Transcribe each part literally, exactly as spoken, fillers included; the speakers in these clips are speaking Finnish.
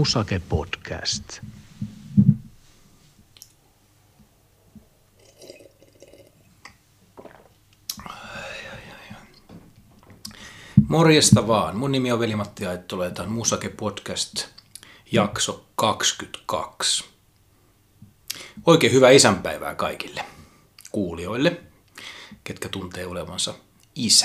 Musake Podcast. Morjesta vaan. Mun nimi on Veli-Matti Aittola ja tämä on Musake Podcast, jakso kaksikymmentäkaksi. Oikein hyvää isänpäivää kaikille kuulijoille, ketkä tuntee olevansa isä.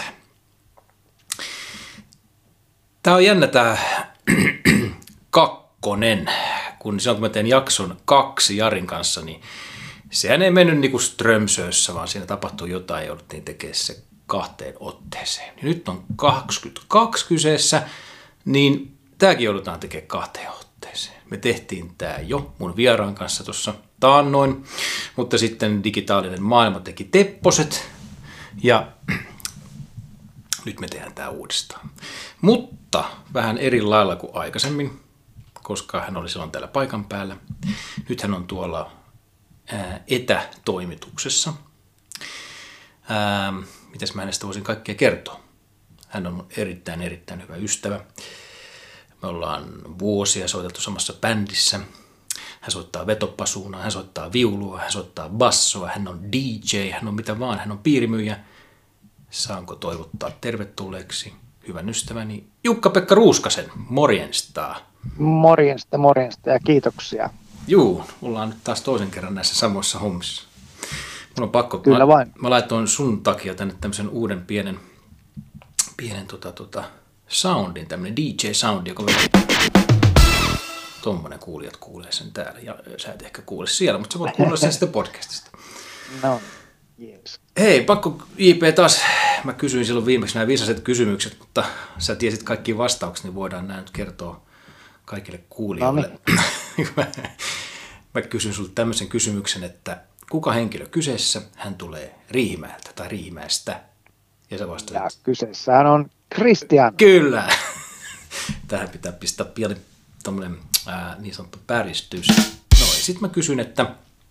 Tää on jännä tää kakkonen, kun silloin kun mä teen jakson kaksi Jarin kanssa, niin sehän ei mennyt niinku Strömsössä, vaan siinä tapahtui jotain ja jouduttiin tekemään se kahteen otteeseen. Niin nyt on kaksikymmentäkaksi kyseessä, niin tääkin joudutaan tekemään kahteen otteeseen. Me tehtiin tää jo mun vieraan kanssa tuossa taannoin, mutta sitten digitaalinen maailma teki tepposet ja nyt me tehdään tää uudestaan. Mutta vähän eri lailla kuin aikaisemmin, koska hän oli silloin täällä paikan päällä. Nyt hän on tuolla ää, etätoimituksessa. Ää, mitäs mä hänestä voisin kaikkea kertoa? Hän on erittäin, erittäin hyvä ystävä. Me ollaan vuosia soiteltu samassa bändissä. Hän soittaa vetopasuunaa, hän soittaa viulua, hän soittaa bassoa, hän on D J, hän on mitä vaan, hän on piirimyyjä. Saanko toivottaa tervetulleeksi hyvän ystäväni Jukka-Pekka Ruuskasen. Morjensta. Morjensta, morjensta ja kiitoksia. Juu, ollaan nyt taas toisen kerran näissä samoissa hommissa. Mun on pakko, Kyllä mä, vain. mä laitoin sun takia tänne tämmöisen uuden pienen, pienen tota, tota, soundin, tämmönen D J-soundi, joka tommonen kuulijat kuulee sen täällä. Ja sä et ehkä kuule siellä, mutta sä voit kuulla sen sitten podcastista. No, yes. Hei, pakko J P taas. Mä kysyin silloin viimeksi nämä viisaiset kysymykset, mutta sä tiesit kaikki vastaukset, niin voidaan nämä nyt kertoa kaikille kuulijoille. No niin. mä, mä kysyn sulta tämmöisen kysymyksen, että kuka henkilö kyseessä, hän tulee Riihimäeltä tai Riihimäestä? Ja sä vastaat. Ja kyseessähän on Christian. Kyllä. Tähän pitää pistää pieni tommonen ää, niin sanottu päristys. No, sitten mä kysyn, että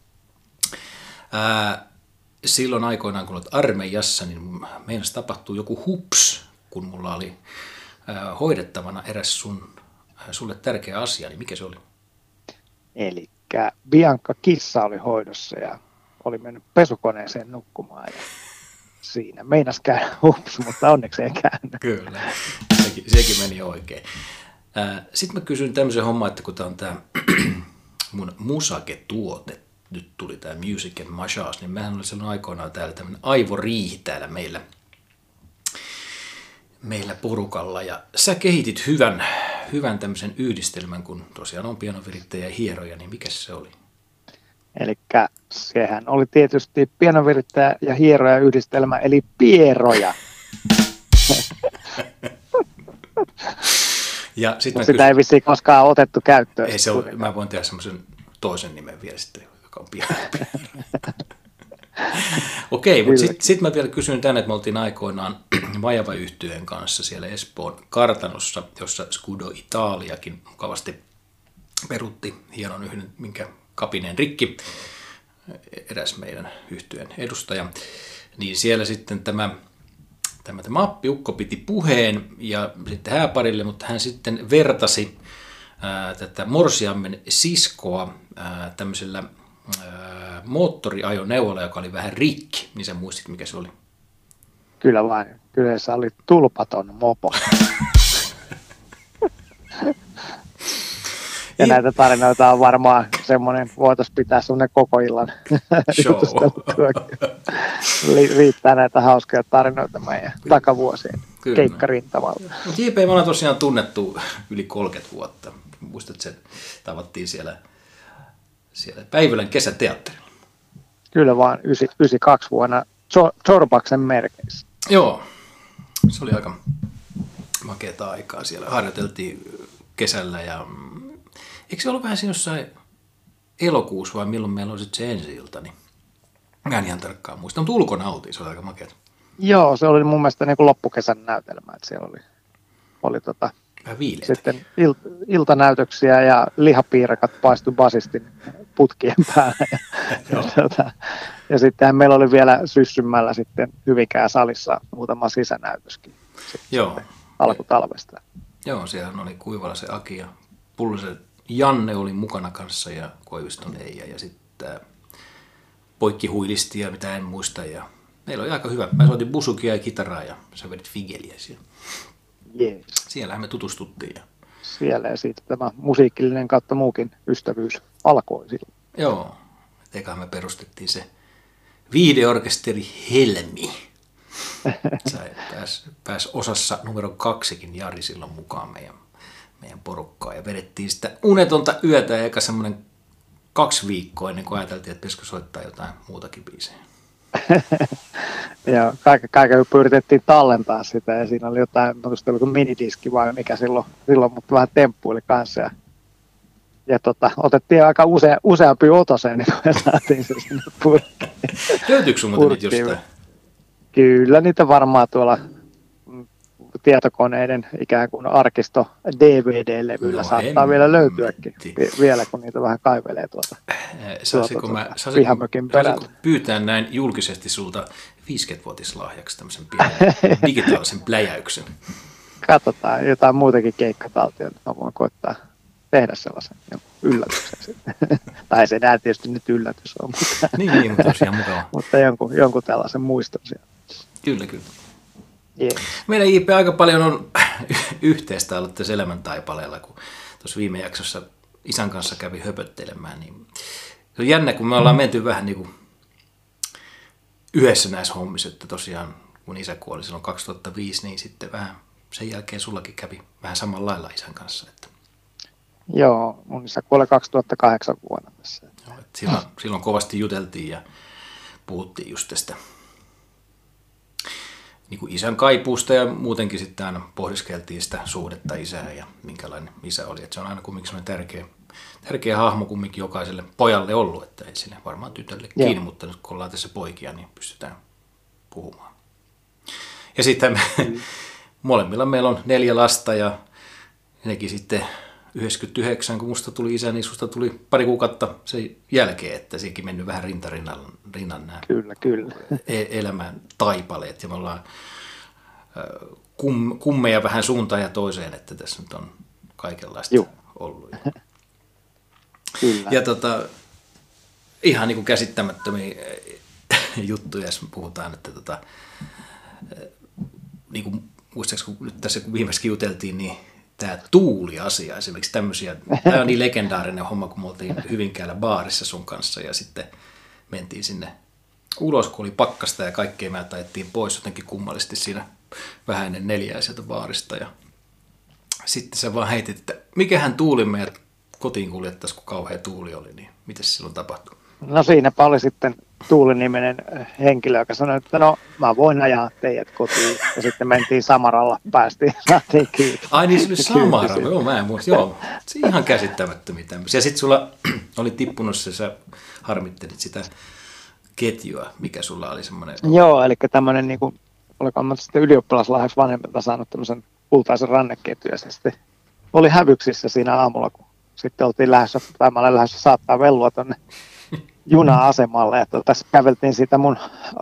ää, silloin aikoinaan, kun olet armeijassa, niin meinasi tapahtuu joku hups, kun mulla oli ää, hoidettavana eräs sun, ää, sulle tärkeä asia, niin mikä se oli? Elikkä Bianca kissa oli hoidossa ja oli mennyt pesukoneeseen nukkumaan ja siinä meinas käydä hups, mutta onneksi ei käynyt. Kyllä, sekin, sekin meni oikein. Sitten mä kysyn tämmöisen homman, että kun tää on tää mun musake-tuote, nyt tuli tää Music and Massage, niin mehän oli silloin aikoinaan täällä tämmönen aivoriihi täällä meillä, meillä porukalla. Ja sä kehitit hyvän, hyvän tämmöisen yhdistelmän, kun tosiaan on pianovirittäjä ja hieroja, niin mikä se oli? Elikkä sehän oli tietysti pianovirittäjä ja hieroja yhdistelmä, eli pieroja. Ja sit Mutta sitä kysyn, ei vissiin koskaan otettu käyttöön. ei se ole, mä voin tehdä semmoisen toisen nimen vielä sitten, joka on piano. Okei, mutta sitten sit mä vielä kysyn tänne, että me oltiin aikoinaan Vajava-yhtyeen kanssa siellä Espoon kartanossa, jossa Scudo Italiakin mukavasti perutti hienon yhden, minkä kapineen rikki, eräs meidän yhtyeen edustaja. Niin siellä sitten tämä, tämä, tämä appiukko piti puheen ja sitten hääparille, mutta hän sitten vertasi ää, tätä morsiammen siskoa ää, tämmöisellä ää, moottoriajoneuvolla, joka oli vähän rikki. Niin sä muistit, mikä se oli? Kyllä vain. Kyseessä oli tulpaton mopo. Ja näitä tarinoita on varmaan semmoinen, voitaisiin pitää semmoinen koko illan riittää näitä hauskoja tarinoita meidän takavuosien keikkarintamalla. Mutta J P, me ollaan tosiaan tunnettu yli kolmekymmentä vuotta. Muistat, sen tavattiin siellä, siellä Päivälän kesäteatterilla. Kyllä vaan, yhdeksänkymmentäkaksi vuonna Zorbaksen merkeissä. Joo, se oli aika makeata aikaa siellä. Harjoiteltiin kesällä ja eikö se ollut vähän siinä jossain elokuussa vai milloin meillä oli sitten se ensi-ilta, niin mä en ihan tarkkaan muista, mutta ulkona oltiin, se oli aika makeata. Joo, se oli mun mielestä niin kuin loppukesän näytelmä, että siellä oli, oli tota, sitten il, iltanäytöksiä ja lihapiirakat paistu basistin putkien päällä. Ja, ja, tota, ja sittenhän meillä oli vielä syssymällä sitten Hyvinkään salissa muutama sisänäytöskin. Joo. Alkutalvesta. Joo, siellä oli Kuivala se Aki ja Pulliset Janne oli mukana kanssa ja Koiviston Eija ja sitten poikkihuilisti ja mitä en muista. Ja meillä oli aika hyvä. Mä soitin busukia ja kitaraa ja sä vedit figeliä siellä. Jees. Siellähän me tutustuttiin. Ja... Siellä ja siitä tämä musiikillinen kautta muukin ystävyys alkoi silloin. Joo. Eiköhän me perustettiin se viihdeorkesteri Helmi. Sä pääs, pääs osassa numero kaksikin Jari silloin mukaan meidän, meidän porukkaa. Ja vedettiin sitä unetonta yötä eikä semmoinen kaksi viikkoa ennen kuin ajateltiin, että pitäisikö soittaa jotain muutakin biisejä. Joo, kaiken, kaiken pyritettiin tallentaa sitä ja siinä oli jotain, oliko minidiski vai mikä silloin, silloin mutta vähän temppuili kanssa. Ja, ja tota, otettiin aika usea, useampi otoseen, niin kun saatiin se sinne purkkiin. Löytyykö sun muuten niitä jostain? Kyllä niitä varmaan tuolla tietokoneiden ikään kuin arkisto D V D-levyllä no, saattaa vielä löytyäkin, vielä kun niitä vähän kaivelee tuolta, saisiko tuolta mä, tuota, pihamökin perällä. Pyytää näin julkisesti sulta viisikymmenvuotislahjaksi tämmöisen pienen digitaalisen pläjäyksen? Katsotaan, jotain muutakin keikkataltia, mä voin koittaa tehdä sellaisen yllätyksen sitten. Tai se nää tietysti nyt yllätys on, mutta, niin, niin, mutta tosiaan mukava. mutta jonkun, jonkun tällaisen muiston siellä. Kyllä, kyllä. Yeah. Meidän J P aika paljon on yhteistä ollut tässä elämäntaipaleella, kun tuossa viime jaksossa isän kanssa kävi höpöttelemään. Niin se on jännä, kun me ollaan menty vähän niin kuin yhdessä näissä hommissa, että tosiaan kun isä kuoli silloin kaksituhattaviisi, niin sitten vähän sen jälkeen sullakin kävi vähän samalla lailla isän kanssa. Että... Joo, mun isä kuoli kaksituhattakahdeksan vuonna tässä. Joo, silloin, silloin kovasti juteltiin ja puhuttiin just tästä niin kuin isän kaipuusta ja muutenkin sitten aina pohdiskeltiin sitä suhdetta isään ja minkälainen isä oli. Että se on aina kumminkin sellainen tärkeä, tärkeä hahmo kumminkin jokaiselle pojalle ollut, että ei sinne varmaan tytölle kiinni, mutta nyt kun ollaan tässä poikia, niin pystytään puhumaan. Ja sitten me, mm. molemmilla meillä on neljä lasta ja nekin sitten yhdeksänkymmentäyhdeksän, kun musta tuli isä, niin susta tuli pari kuukautta sen jälkeen, että siinkin mennyt vähän rintarinnan rinnan nämä kyllä, kyllä. elämän taipaleet. Ja me ollaan kum, kummeja vähän suuntaan ja toiseen, että tässä nyt on kaikenlaista Juh. ollut. Kyllä. Ja tota, ihan niin kuin käsittämättömiä juttuja, jos puhutaan, että tota, niin kuin muistaakseni, kun nyt tässä kun viimeiskin juteltiin, niin tämä tuuliasia esimerkiksi tämmöisiä, tämä on niin legendaarinen homma, kun me oltiin Hyvinkäällä baarissa sun kanssa ja sitten mentiin sinne ulos, kun oli pakkasta ja kaikkea mä taettiin pois jotenkin kummallisesti siinä vähän ennen neljää sieltä baarista ja sitten sä vaan heitit, että mikähän tuuli meidät kotiin kuljettaisi, kun kauhea tuuli oli, niin mitä silloin tapahtui? No siinäpä oli sitten Tuuli-niminen henkilö, joka sanoi, että no mä voin ajaa teidät kotiin. Ja sitten mentiin Samaralla, päästiin, saatiin kiinni. Ai niin, se oli Samara, joo mä en muista, joo. Se ihan käsittämättömiä tämmöisiä. Ja sitten sulla oli tippunut se, sä harmittelit sitä ketjua, mikä sulla oli semmoinen. Joo, eli tämmöinen, niin kuin, oliko mä sitten ylioppilaslahjaksi vanhemmilta saanut tämmöisen kultaisen ranneketjun. Ja se sitten oli hävyksissä siinä aamulla, kun sitten oltiin lähdössä, tai mä olen lähdössä saattaa vellua tonne juna-asemalle. Ja tässä käveltiin siitä mun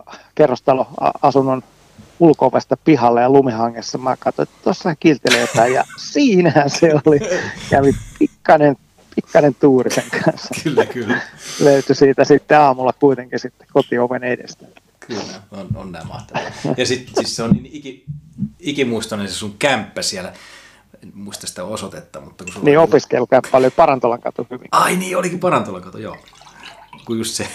kerrostaloasunnon ulko-ovesta pihalle ja lumihangessa. Mä katsoin, että tuossa kiltelee jotain ja siinähän se oli. Kävi pikkainen, pikkainen tuuri sen kanssa. Kyllä, kyllä. Löytyi siitä sitten aamulla kuitenkin sitten kotioven edestä. Kyllä, on, on nämä mahtavaa. Ja sitten siis se on niin iki, ikimuistoinen se sun kämppä siellä. En muista sitä osoitetta, mutta kun sulla niin, opiskelukämppä oli Parantolan katu hyvin. Ai niin, olikin Parantolan katu, joo. Kun just se,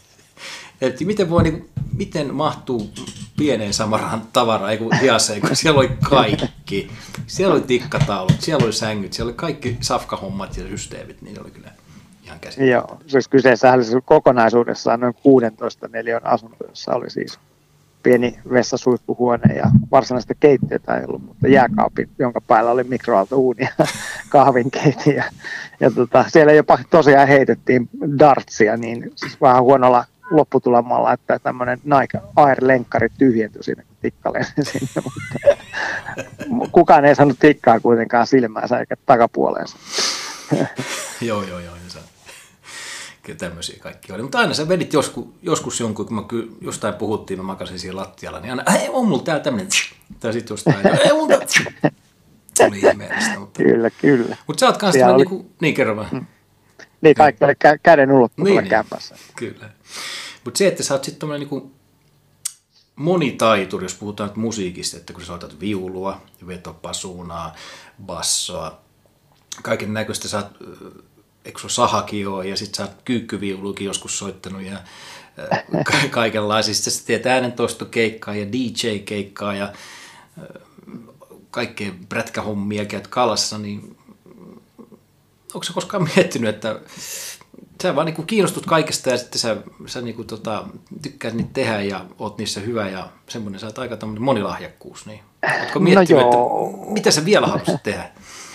että miten voi, niin, miten mahtuu pieneen Samaraan tavaraa, ei kun hiassa, kun siellä oli kaikki. Siellä oli tikkataulut, siellä oli sängyt, siellä oli kaikki safkahommat ja systeemit, niin oli kyllä ihan käsittämättä. Joo, siis kyseessä oli kokonaisuudessaan noin kuusitoista neliön asunto, jossa oli siis pieni vessasuihkuhuone ja varsinaista keittiötä ei ollut, mutta jääkaapin, jonka päällä oli mikroaaltouuni ja kahvinkeitin. Ja, ja tota, siellä jopa tosiaan heitettiin dartsia, niin siis vähän huonolla lopputulemalla, että tämmöinen Nike Air-lenkkari tyhjentyi siinä tikkaleen sinne, mutta kukaan ei saanut tikkaa kuitenkaan silmäänsä eikä takapuoleensa. Joo, joo, joo. Kyllä tämmöisiä kaikki oli. Mutta aina sä vedit joskus, joskus jonkun, kun mä kyllä jostain puhuttiin, mä makasin siellä lattialla, niin aina, ei, on mulla täällä tämmöinen, tai sitten jostain, ei mulla oli ihmeellistä. Mutta... Kyllä, kyllä. Mutta sä oot kanssa tämmöinen, oli... niin, kuin... niin kerro vaan. Hmm. Niin, kaikki oli kä- käden ulottuvuudella niin, kämpässä. Kyllä. Mutta se, että sä oot sitten tämmöinen niin monitaituri, jos puhutaan nyt musiikista, että kun sä soitat viulua, vetopasuunaa, bassoa, kaiken näköistä, sä oot, eikö se ole sahakin ole, ja sit sä oot kyykkyviuluukin joskus soittanut, ja ka- kaikenlaisia. Sitten sä teet äänentoistokeikkaa ja D J-keikkaa, ja kaikkea prätkähommia käyt kalassa, niin onko sä koskaan miettinyt, että sä vaan niinku kiinnostut kaikesta ja sitten sä, sä niinku tota, tykkäät niitä tehdä ja oot niissä hyvä ja semmoinen, sä oot aika tämmöinen monilahjakkuus. Niin. Ootko miettinyt, no että mitä sä vielä haluaisit tehdä?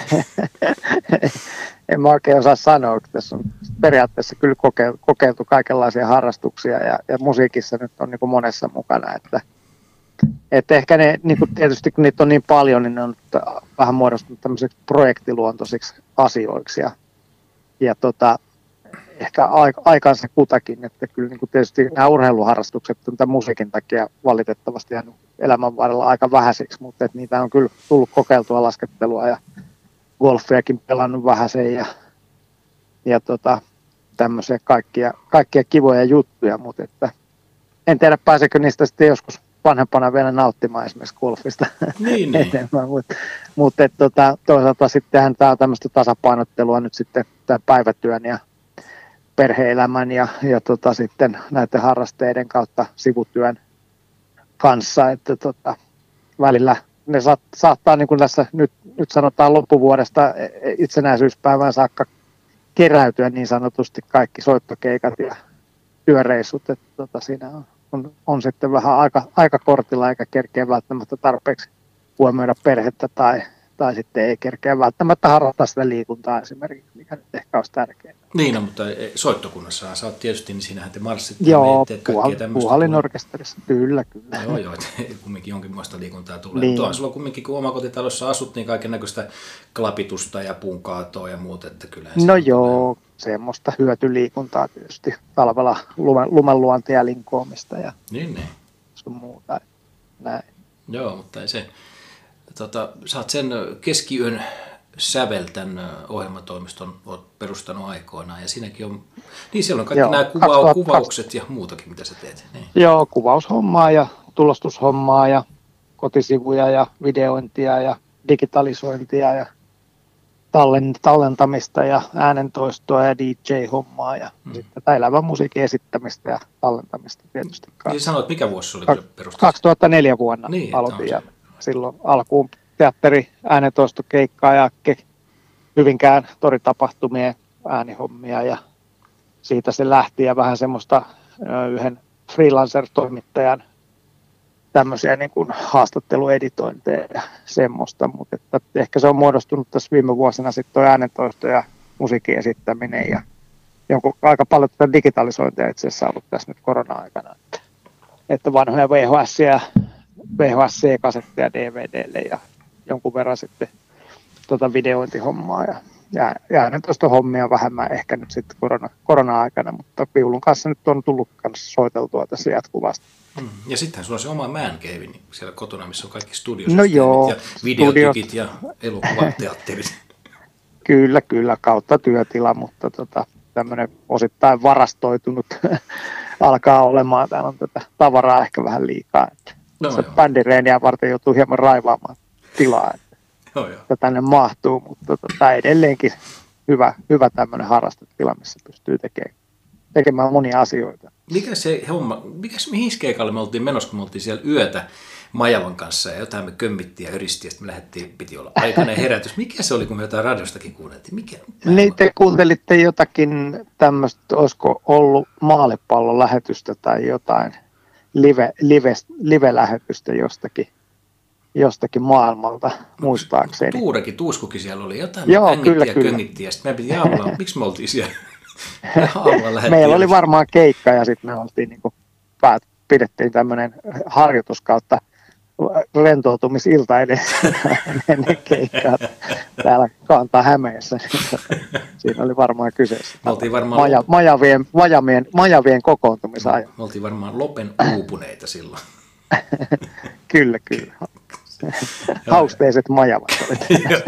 En mä oikein osaa sanoa, että tässä on periaatteessa kyllä kokeiltu, kokeiltu kaikenlaisia harrastuksia ja, ja musiikissa nyt on niinku monessa mukana, että, että ehkä ne niinku tietysti kun niitä on niin paljon, niin ne on vähän muodostunut tämmöiseksi projektiluontoisiksi asioiksi ja, ja tota, ehkä aikansa kutakin, että kyllä niin kuin tietysti nämä urheiluharrastukset on tämän musiikin takia valitettavasti jäänyt elämän varrella aika vähäisiksi, mutta että niitä on kyllä tullut kokeiltua laskettelua ja golfiakin pelannut vähäisen ja, ja tota, tämmöisiä kaikkia, kaikkia kivoja juttuja, mutta että en tiedä pääsekö niistä sitten joskus vanhempana vielä nauttimaan esimerkiksi golfista niin, niin. eteenpäin, mutta, mutta että, tota, toisaalta sittenhän tämä on tämmöistä tasapainottelua nyt sitten tämän päivätyön ja perhe-elämän ja, ja tota, sitten näiden harrasteiden kautta sivutyön kanssa, että tota, välillä ne saat, saattaa niin kuin tässä nyt, nyt sanotaan loppuvuodesta itsenäisyyspäivään saakka keräytyä niin sanotusti kaikki soittokeikat ja työreissut, että tota, siinä on, on, on sitten vähän aika, aika kortilla eikä kerkeä välttämättä tarpeeksi huomioida perhettä tai, tai sitten ei kerkeä välttämättä harrastaa sitä liikuntaa esimerkiksi, mikä nyt ehkä olisi tärkeää. Niin, no, mutta soittokunnassa sä oot tietysti, niin siinähän te marssitte. Joo, Puuhallin orkesterissa, kyllä, kyllä. Joo, joo, että kumminkin jonkinlaista liikuntaa tulee. Niin. Mutta on sulla kumminkin, kun omakotitalossa asut, niin kaiken näköistä klapitusta ja puunkaatoa ja muuta, että kyllähän no joo, tulee. Semmoista hyötyliikuntaa tietysti, talvella lumen, lumenluontia ja linkoamista ja niin, niin. sun muuta, näin. Joo, mutta ei se, tota, sä oot sen keskiyön Sävel tämän ohjelmatoimiston olet perustanut aikoinaan ja siinäkin on, niin siellä on kaikki joo, nämä kuva- kuvaukset ja muutakin, mitä sä teet. Niin. Joo, kuvaushommaa ja tulostushommaa ja kotisivuja ja videointia ja digitalisointia ja tallentamista ja äänentoistoa ja D J-hommaa ja hmm. sitten tätä elävän musiikin esittämistä ja tallentamista tietysti. Niin sanoit, mikä vuosi se oli, kun perustettiin? kaksituhattaneljä vuonna niin, aloitin ja silloin alkuun teatteri, äänentoistokeikkaa ja Hyvinkään toritapahtumien äänihommia ja siitä se lähti ja vähän semmoista yhden freelancer-toimittajan tämmöisiä niin kuin haastattelueditointeja ja semmoista, mutta että ehkä se on muodostunut tässä viime vuosina sitten tuo äänentoisto ja musiikin esittäminen ja jonkun, aika paljon tätä digitalisointia itse asiassa ollut tässä nyt korona-aikana, että, että vanhoja V H S ja V H S C-kasetteja D V D:lle ja jonkun verran sitten tuota videointihommaa ja, ja, ja äänentoistohommia vähemmän ehkä nyt sitten korona, korona-aikana, mutta viulun kanssa nyt on tullut kanssa soiteltua tässä jatkuvasti. Mm. Ja sittenhän sulla on se oma man cave niin siellä kotona, missä on kaikki studiosysteemit no joo, ja videotykit ja elokuvateatterit. Kyllä, kyllä, kautta työtila, mutta tota, tämmöinen osittain varastoitunut alkaa olemaan. Täällä on tätä tavaraa ehkä vähän liikaa. Että no, se bändireeniä varten joutuu hieman raivaamaan tilaa, että, no, että tänne mahtuu, mutta tota, edelleenkin hyvä, hyvä tämmöinen harrastetila, missä pystyy tekemään, tekemään monia asioita. Mikä se homma, mikäs, mihin keikalle me oltiin menossa, kun me oltiin siellä yötä Majavan kanssa ja jotain me kömmittiin ja yristiin ja sitten me lähdettiin, piti olla aikainen herätys. Mikä se oli, kun me jotain radiostakin kuunneltiin? Mikä? Niin te kuuntelitte jotakin tämmöistä, olisiko ollut maalipallon lähetystä tai jotain live, live, live-lähetystä jostakin, jostakin maailmalta, muistaakseni. Tuurekin, Tuuskukin siellä oli jotain, joo, me kyllä, ja kyllä. köngittiin ja sitten me piti aamulla, miksi me oltiin siellä? Meillä oli varmaan keikka ja sitten me oltiin niin kuin päät, pidettiin tämmöinen harjoitus kautta rentoutumisilta edes ennen keikkaa täällä Kanta-Hämeessä. Siinä oli varmaan kyseessä. Me oltiin varmaan Maja, majavien, majavien, majavien kokoontumisajan. Me oltiin varmaan lopen uupuneita silloin. Kyllä, kyllä. Hausteiset majavat olit.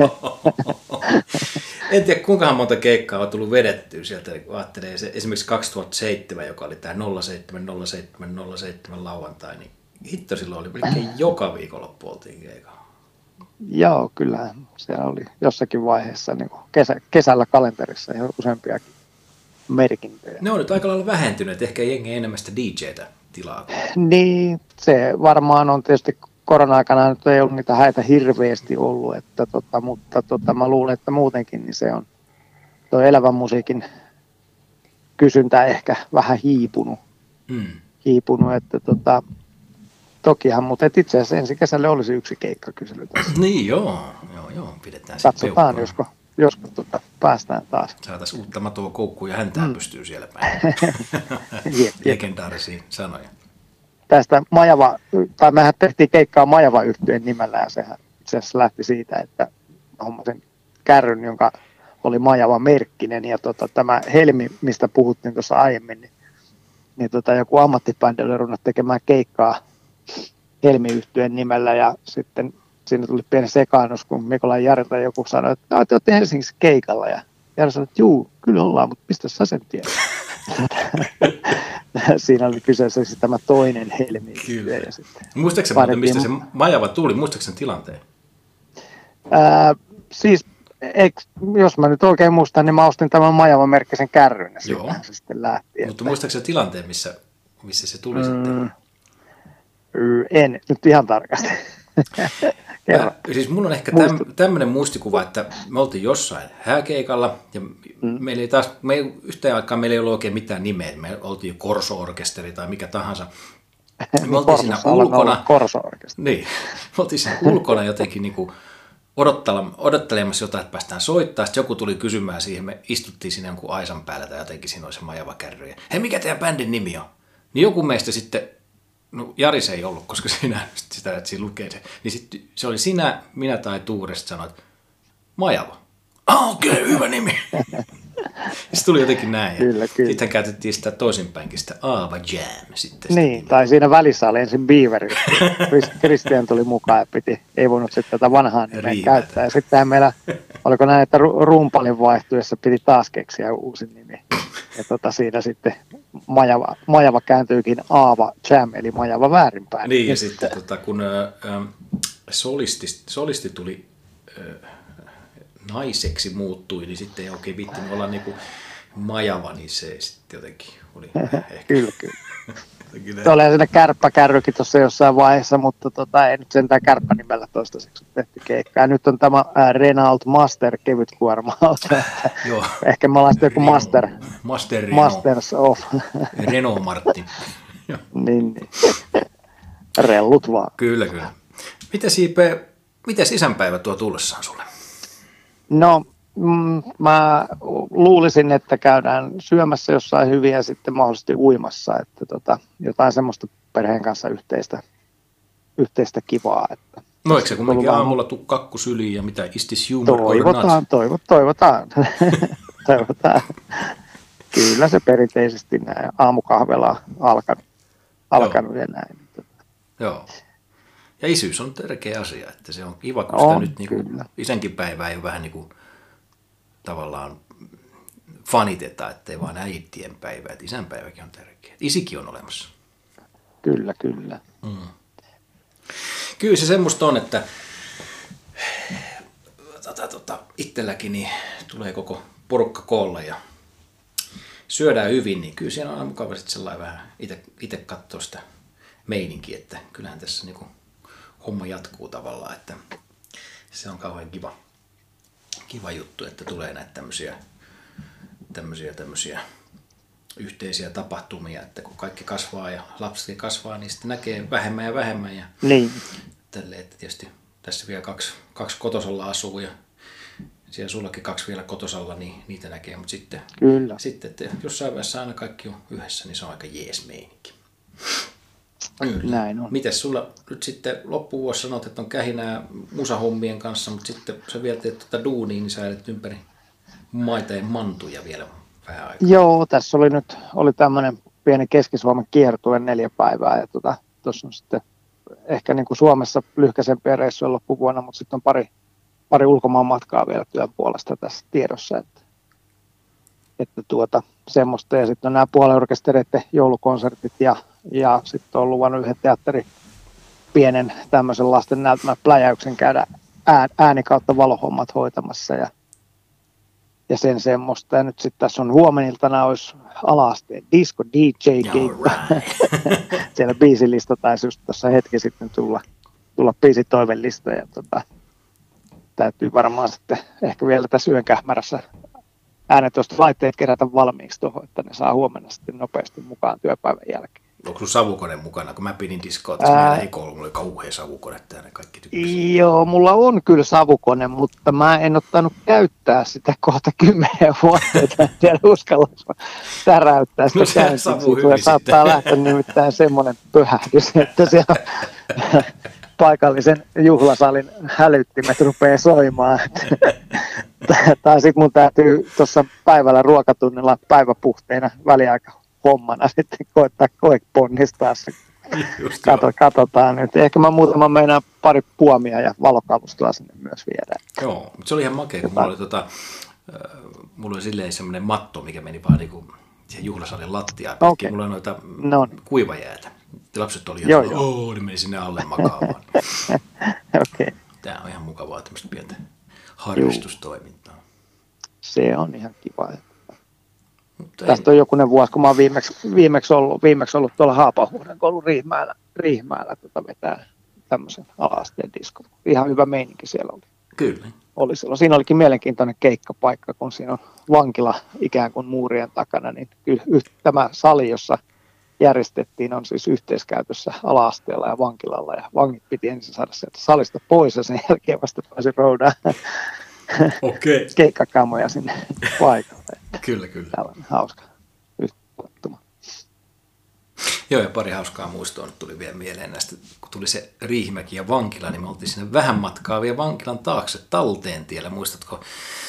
En tiedä, kuinkahan monta keikkaa on tullut vedettyä sieltä, kun ajattelee se, esimerkiksi kaksituhattaseitsemän, joka oli tämä nolla seitsemän nolla seitsemän nolla seitsemän lauantai, niin hitto silloin oli melkein joka viikonloppu oltiin keikalla. Joo, kyllä siellä oli jossakin vaiheessa niin kesä, kesällä kalenterissa ihan useampiakin merkintöjä. Ne on nyt aika lailla vähentyneet, ehkä jengi enemmän sitä D J:tä tilaa. Niin, se varmaan on tietysti korona-aikana nyt ei ollut niitä häitä hirveästi ollut, että tota, mutta tota, mä luulen, että muutenkin niin se on tuo elävän musiikin kysyntä ehkä vähän hiipunut. Mm. hiipunut että tota, tokihan, mutta et itse asiassa ensi kesälle olisi yksi keikkakysely tässä. Niin joo, joo, joo. Pidetään katsotaan, josko, josko tota, päästään taas. Saataisiin uutta matoa koukkuun ja häntää mm. pystyy siellä päin. Legendaarisia sanoja. Tästä Majava, tai mehän tehtiin keikkaa Majava-yhtyeen nimellä ja sehän itse asiassa lähti siitä, että hommasin kärryn, jonka oli Majava-merkkinen ja tota, tämä Helmi, mistä puhuttiin tuossa aiemmin, niin, niin tota, joku ammattibändi oli ruvennut tekemään keikkaa Helmi-yhtyeen nimellä ja sitten siinä tuli pieni sekaannus, kun Mikolan Jarilta joku sanoi, että te olette Helsingissä keikalla ja Jari sanoi, että juu, kyllä ollaan, mutta mistä sä sen tiedät? Siinä oli kyseessä siis tämä toinen Helmi. Kyllä. Muistaakseni muuten, mistä se Majava tuli? Muistaakseni tilanteen? Ää, siis, eik, jos mä nyt oikein muistan, niin mä ostin tämän Majava-merkkisen kärryn ja siitä se sitten lähti. Mutta muistaakseni tilanteen, missä, missä se tuli mm, sitten? En nyt ihan tarkasti. Mä, siis mulla on ehkä tämmöinen muistikuva, että me oltiin jossain hääkeikalla ja mm. meillä ei taas, me ei, yhteen aikaan meillä ei ollut oikein mitään nimeä, me oltiin Korso-orkesteri tai mikä tahansa. Me oltiin siinä ulkona, niin, me oltiin siinä ulkona jotenkin niin kuin odottelemassa jotain, että päästään soittaa. Sitten joku tuli kysymään siihen, me istuttiin siinä jonkun aisan päällä tai jotenkin siinä oli se Majava-kärry. Hei, mikä teidän bändin nimi on? Niin joku meistä sitten, no Jari se ei ollut, koska sinä sitä, että siinä lukee se. Niin sitten se oli sinä, minä tai Tuure, sitten sanoit, Majava. Ah, okei, okay, hyvä nimi. Sitten tuli jotenkin näin. Kyllä, kyllä. Sitten käytettiin sitä toisinpäinkin, sitä Aava Jam. Sitten niin, tai siinä välissä oli ensin Beaveri. Christian tuli mukaan ja piti, ei voinut sitten tätä vanhaa nimeä käyttää. Ja sittenhän meillä, oliko näin, että rumpalin vaihtuessa piti taas keksiä uusi nimi. Ja tota, siinä sitten Majava, Majava kääntyykin Aava Jam, eli Majava väärinpäin. Niin, ja sitten tota, kun ä, solisti, solisti tuli ä, naiseksi muuttui, niin sitten ei oikein vittinyt olla niin kuin Majava, niin se sitten jotenkin oli ehkä. Kyllä, kyllä. Se oli siinä kärppäkärrykin tuossa jossain vaiheessa, mutta tota, ei nyt sentään kärppänimellä toistaiseksi tehty keikkaa. Nyt on tämä Renault Master kevyt kuorma-auto. Ehkä me ollaan sitten joku Master, Master Masters of. Renault Martin. niin, niin. Rellut vaan. Kyllä, kyllä. Mites I P, mites isänpäivä tuo tullessaan sulle? No, mm, mä luulisin, että käydään syömässä jossain hyvin ja sitten mahdollisesti uimassa, että tota, jotain semmoista perheen kanssa yhteistä, yhteistä kivaa. Että no eikö se kumminkin aamulla tuu kakku syliin ja mitä istis humor toivotaan, toivo, toivotaan, toivotaan. Kyllä se perinteisesti näin aamukahvela on alkanut, alkanut ja näin. Joo. Ja isyys on tärkeä asia, että se on kiva, kun sitä on, nyt niin kuin isänkin päivää jo vähän niin kuin tavallaan fanitetaan, ettei vaan äitien päivää, että isän päiväkin on tärkeä. Isikin on olemassa. Kyllä, kyllä. Mm. Kyllä se semmoista on, että tota, tota, itselläkin niin tulee koko porukka koolla ja syödään hyvin, niin kyllä siinä on mukava sitten sellainen vähän itse katsoa sitä meininkiä, että kyllähän tässä niin kuin homma jatkuu tavallaan, että se on kauhean kiva, kiva juttu, että tulee näitä tämmöisiä, tämmöisiä, tämmöisiä yhteisiä tapahtumia, että kun kaikki kasvaa ja lapset kasvaa, niin sitten näkee vähemmän ja vähemmän. Ja niin. Tälleen, että tietysti tässä vielä kaksi, kaksi kotosalla asuu ja siellä sullakin kaksi vielä kotosalla, niin niitä näkee, mutta sitten, Kyllä. sitten että jossain vaiheessa aina kaikki on yhdessä, niin se on aika jees meininki. Näin on. Mites sulla nyt sitten loppuvuosi sanot, että on kähinää musahommien kanssa, mutta sitten sä vielä teet tuota duunia, niin sä edet ympäri maita ja mantuja vielä vähän aikaa. Joo, tässä oli nyt oli tämmöinen pieni Keski-Suomen kiertue neljä päivää ja tuossa tota, on sitten ehkä niin kuin Suomessa lyhkäisempiä reissuja loppuvuonna, mutta sitten on pari, pari ulkomaan matkaa vielä työn puolesta tässä tiedossa, että, että tuota, semmoista. Ja sitten on nämä puoliorkestereiden joulukonsertit ja, ja sitten on luvannut yhden teatteri pienen tämmöisen lasten näyttämän pläjäyksen käydä ääni kautta valohommat hoitamassa ja, ja sen semmoista. Ja nyt sitten tässä on huomeniltana olisi ala-asteen disco D J-keikka. Siellä biisilista taisi just tuossa hetki sitten tulla, tulla biisitoivelista ja tota, täytyy varmaan sitten ehkä vielä tässä yön kähmärässä äänetoistolaitteet kerätä valmiiksi tuohon, että ne saa huomenna sitten nopeasti mukaan työpäivän jälkeen. Onko sun savukone mukana? Kun mä pidin diskoa tässä meillä ei koulu, mulla oli kauhea savukone täällä, kaikki tykkäsivät. Joo, mulla on kyllä savukone, mutta mä en ottanut käyttää sitä kohta kymmenen vuotta, että en tiedä uskalla täräyttää sitä no, käyntiin. Saattaa lähteä nimittäin semmoinen pöhähdys, että siellä paikallisen juhlasalin hälyttimet rupeaa soimaan. Tai sitten mun täytyy tuossa päivällä ruokatunnilla päiväpuhteena väliaika hommana sitten koettaa koeponnistaa se. Kato, katsotaan nyt. Ehkä mä muutaman meinaan pari puomia ja valokalustoa sinne myös viedään. Joo, mutta se oli ihan makea, kun mulla oli, tota, äh, mulla oli silleen semmoinen matto, mikä meni vaan niinku siihen juhlasalin lattiaan. Okay. Mulla oli noita no. kuivajäätä. Lapset oli ihan, ooo, niin meni sinne alle makaamaan. Okay. Tää on ihan mukavaa tämmöistä pientä harrastustoimintaa. Se on ihan kiva. Mutta tästä ei. On jokunen vuosi, kun mä oon viimeksi, viimeksi, ollut, viimeksi ollut tuolla Haapahuuden koulun Riihimäellä, Riihimäellä tota vetää tämmöisen ala-asteen diskon. Ihan hyvä meininki siellä oli. Kyllä. Oli silloin. Siinä olikin mielenkiintoinen keikkapaikka, kun siinä on vankila ikään kuin muurien takana, niin kyllä tämä sali, jossa järjestettiin, on siis yhteiskäytössä ala-asteella ja vankilalla, ja vangit piti ensin saada sieltä salista pois, ja sen jälkeen vasta pääsi roudaan okay. keikkakamoja sinne paikalle. Kyllä, kyllä. Tällainen hauska yhteentottuma. Joo, ja pari hauskaa muistoa nyt tuli vielä mieleen näistä, kun tuli se Riihimäki ja vankila, niin me oltiin sinne vähän matkaa vielä vankilan taakse Talteentiellä, muistatko?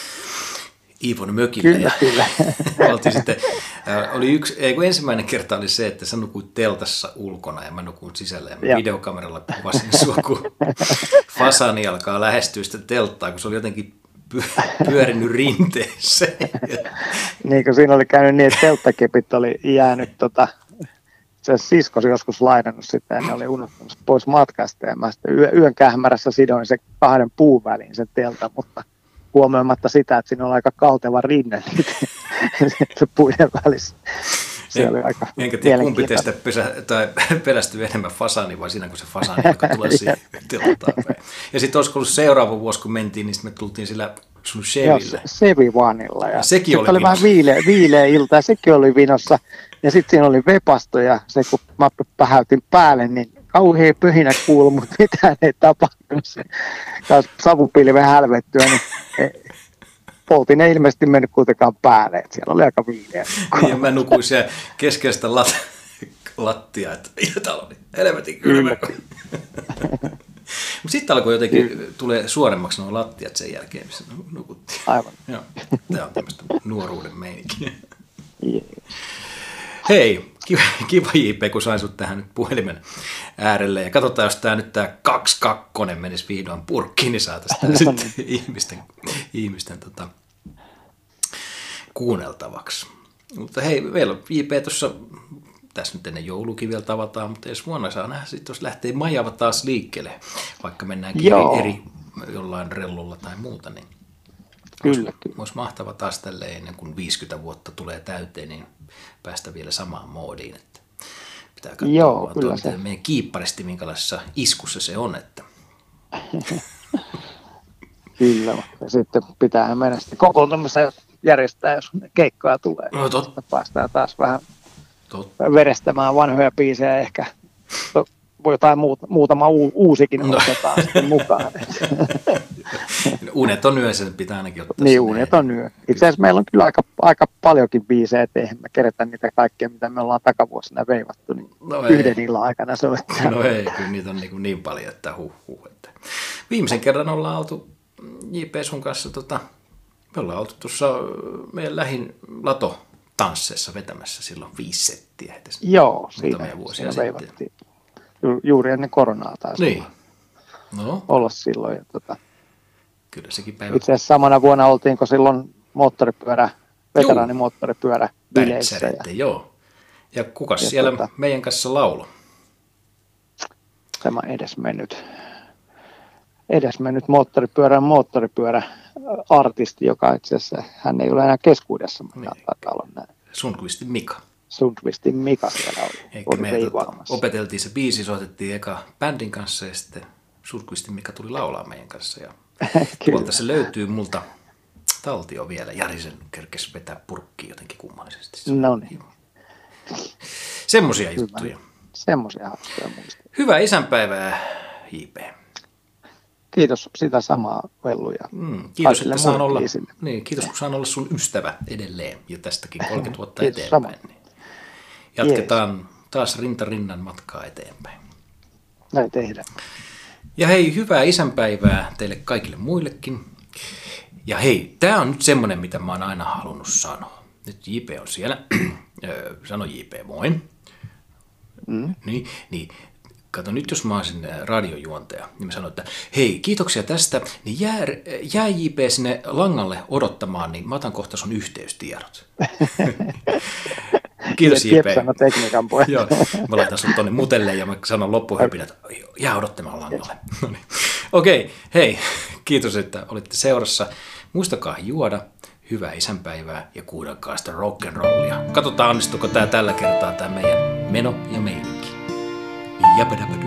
Iivon mökillä. Kyllä, kyllä. Oltiin sitten, äh, oli yksi, ei, kun ensimmäinen kerta oli se, että sä nukuit teltassa ulkona ja mä nukuin sisällä ja mä videokameralla kuvasin sua, kun fasani alkaa lähestyä sitä telttaa, kun se oli jotenkin pyörinyt rinteessä. Niin kuin siinä oli käynyt niin, että telttakepit oli jäänyt, tota, se siskosi joskus lainannut sitä ja ne oli unohtanut pois matkasta ja mä sitten yön kähmärässä sidoin sen kahden puun väliin sen teltan, mutta huomioimatta sitä, että siinä on aika kalteva rinne se puiden välissä. Se en, oli aika enkä tiedä, kumpi teistä pesä, tai pelästyi enemmän fasani vai siinä, kun se fasani, joka tulee siihen telttaan. Ja sitten olisiko ollut seuraava vuosi, kun mentiin, niin me tultiin sillä sun Chevillä. Joo, Chevy Vanilla. Ja sekin oli, oli vähän viileä, viileä ilta ja sekin oli vinossa. Ja sitten siinä oli vepasto ja se, kun mä pähäytin päälle, niin kauhean pöhinä kuului, mutta mitään ei tapahtunut. Se savupilven hälvettyä, niin poltin ei ilmeisesti mennyt kuitenkaan päälle, että siellä oli aika viileä. Niin, mä nukuin siellä keskeistä lat- lattia, että täällä oli helvetin kylmä. Mutta sitten alkoi jotenkin, tulee suoremmaksi nuo lattiat sen jälkeen, missä nukuttiin. Aivan. Joo, tämä on tämmöistä nuoruuden meininkiä. Yeah. Hei, kiva, kiva J P, kun sain sut tähän nyt puhelimen äärelle. Ja katsotaan, jos tämä nyt tämä kaksi kakkonen menisi vihdoin purkkiin, niin saataisiin tämä no, sitten niin. ihmisten, ihmisten tota, kuunneltavaksi. Mutta hei, meillä on J P tuossa, tässä nyt ennen joulukin vielä tavataan, mutta jos vuonna saa nähdä, sitten jos lähtee Majava taas liikkeelle, vaikka mennäänkin eri, eri jollain rellulla tai muuta, niin Kyllä, olisi, kyllä. olisi mahtava taas tälleen ennen kuin viisikymmentä vuotta tulee täyteen, niin päästä vielä samaan moodiin. Että pitää katsoa Joo, kyllä se. Meidän kiipparisti, minkälaisessa iskussa se on. Että. Kyllä, ja sitten pitäähän mennä sitten kokoontumassa järjestää, jos keikkoja tulee. No totta. Päästään taas vähän totta. verestämään vanhoja biisejä ehkä. Jotain muuta, muutama u, uusikin no. otetaan sitten mukaan. Unet on yö, sen pitää ainakin ottaa. Niin, unet on yö. Itse asiassa meillä on kyllä aika, aika paljonkin biisejä, että eihän me kerätä niitä kaikkia, mitä me ollaan takavuosina veivattu, niin no yhden illan aikana se on. No ei, kyllä niitä on niin, niin paljon, että huh huh. Että. Viimeisen kerran ollaan oltu J P sun kanssa, tota, me ollaan oltu tuossa meidän lähin Lato-tansseissa vetämässä silloin viisi settiä. Joo, siinä, vuosia siinä veivattiin. Ju, juuri ennen koronaa taisi niin. olla, no. olla silloin. Ja, tota, Kyllä sekin päivä. Itse asiassa samana vuonna oltiinko silloin moottoripyörä, veteraanimoottoripyörä bileissä. Ja, joo. Ja kukas ja siellä tota, meidän kanssa laulo? Tämä edesmennyt, edesmennyt moottoripyörän moottoripyörä artisti, joka itse asiassa hän ei ole enää keskuudessa, mutta niin. Taitaa olla näin. Sundqvistin Mika. Sundqvistin Mika siellä oli. Eikä me opeteltiin se biisi, soitettiin eka bändin kanssa ja sitten Sundqvistin Mika tuli laulaa meidän kanssa. Ja tuolta se löytyy multa taltio vielä. Jarisen kerkesi vetää purkkiin jotenkin kummallisesti. No niin. Semmoisia juttuja. Semmoisia hauskoja muistaa. Hyvää isänpäivää, J P. Kiitos sitä samaa, Vellu. Ja mm, kiitos, että saan olla, niin, kiitos, kun saan olla sun ystävä edelleen ja tästäkin kolmekymmentä vuotta eteenpäin. Niin jatketaan Jees. taas rinta rinnan matkaa eteenpäin. Näin tehdään. Ja hei, hyvää isänpäivää teille kaikille muillekin. Ja hei, tää on nyt semmonen, mitä mä oon aina halunnut sanoa. Nyt J P on siellä. Sano J P, moi. Mm. Niin, niin. Kato, nyt jos mä olisin radiojuontaja, niin mä sanon, että hei, kiitoksia tästä, niin jää, jää J P sinne langalle odottamaan, niin mä otan kohta sun yhteystiedot. Kiitos J P. Tekniikan pois. Joo, mä laitan sun tonne mutelle ja mä sanon loppuhypinä, että jää odottamaan langalle. No niin. Okei, hei, kiitos, että olitte seurassa. Muistakaa juoda, hyvää isänpäivää ja kuunnelkaa sitä rock'n'rollia. Katsotaan, onnistuuko tää tällä kertaa tää meidän meno ja meininki. Jabadabadu.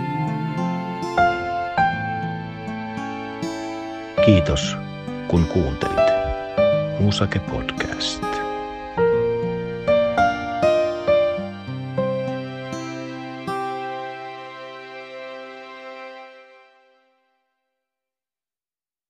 Kiitos, kun kuuntelit. Musake Podcast.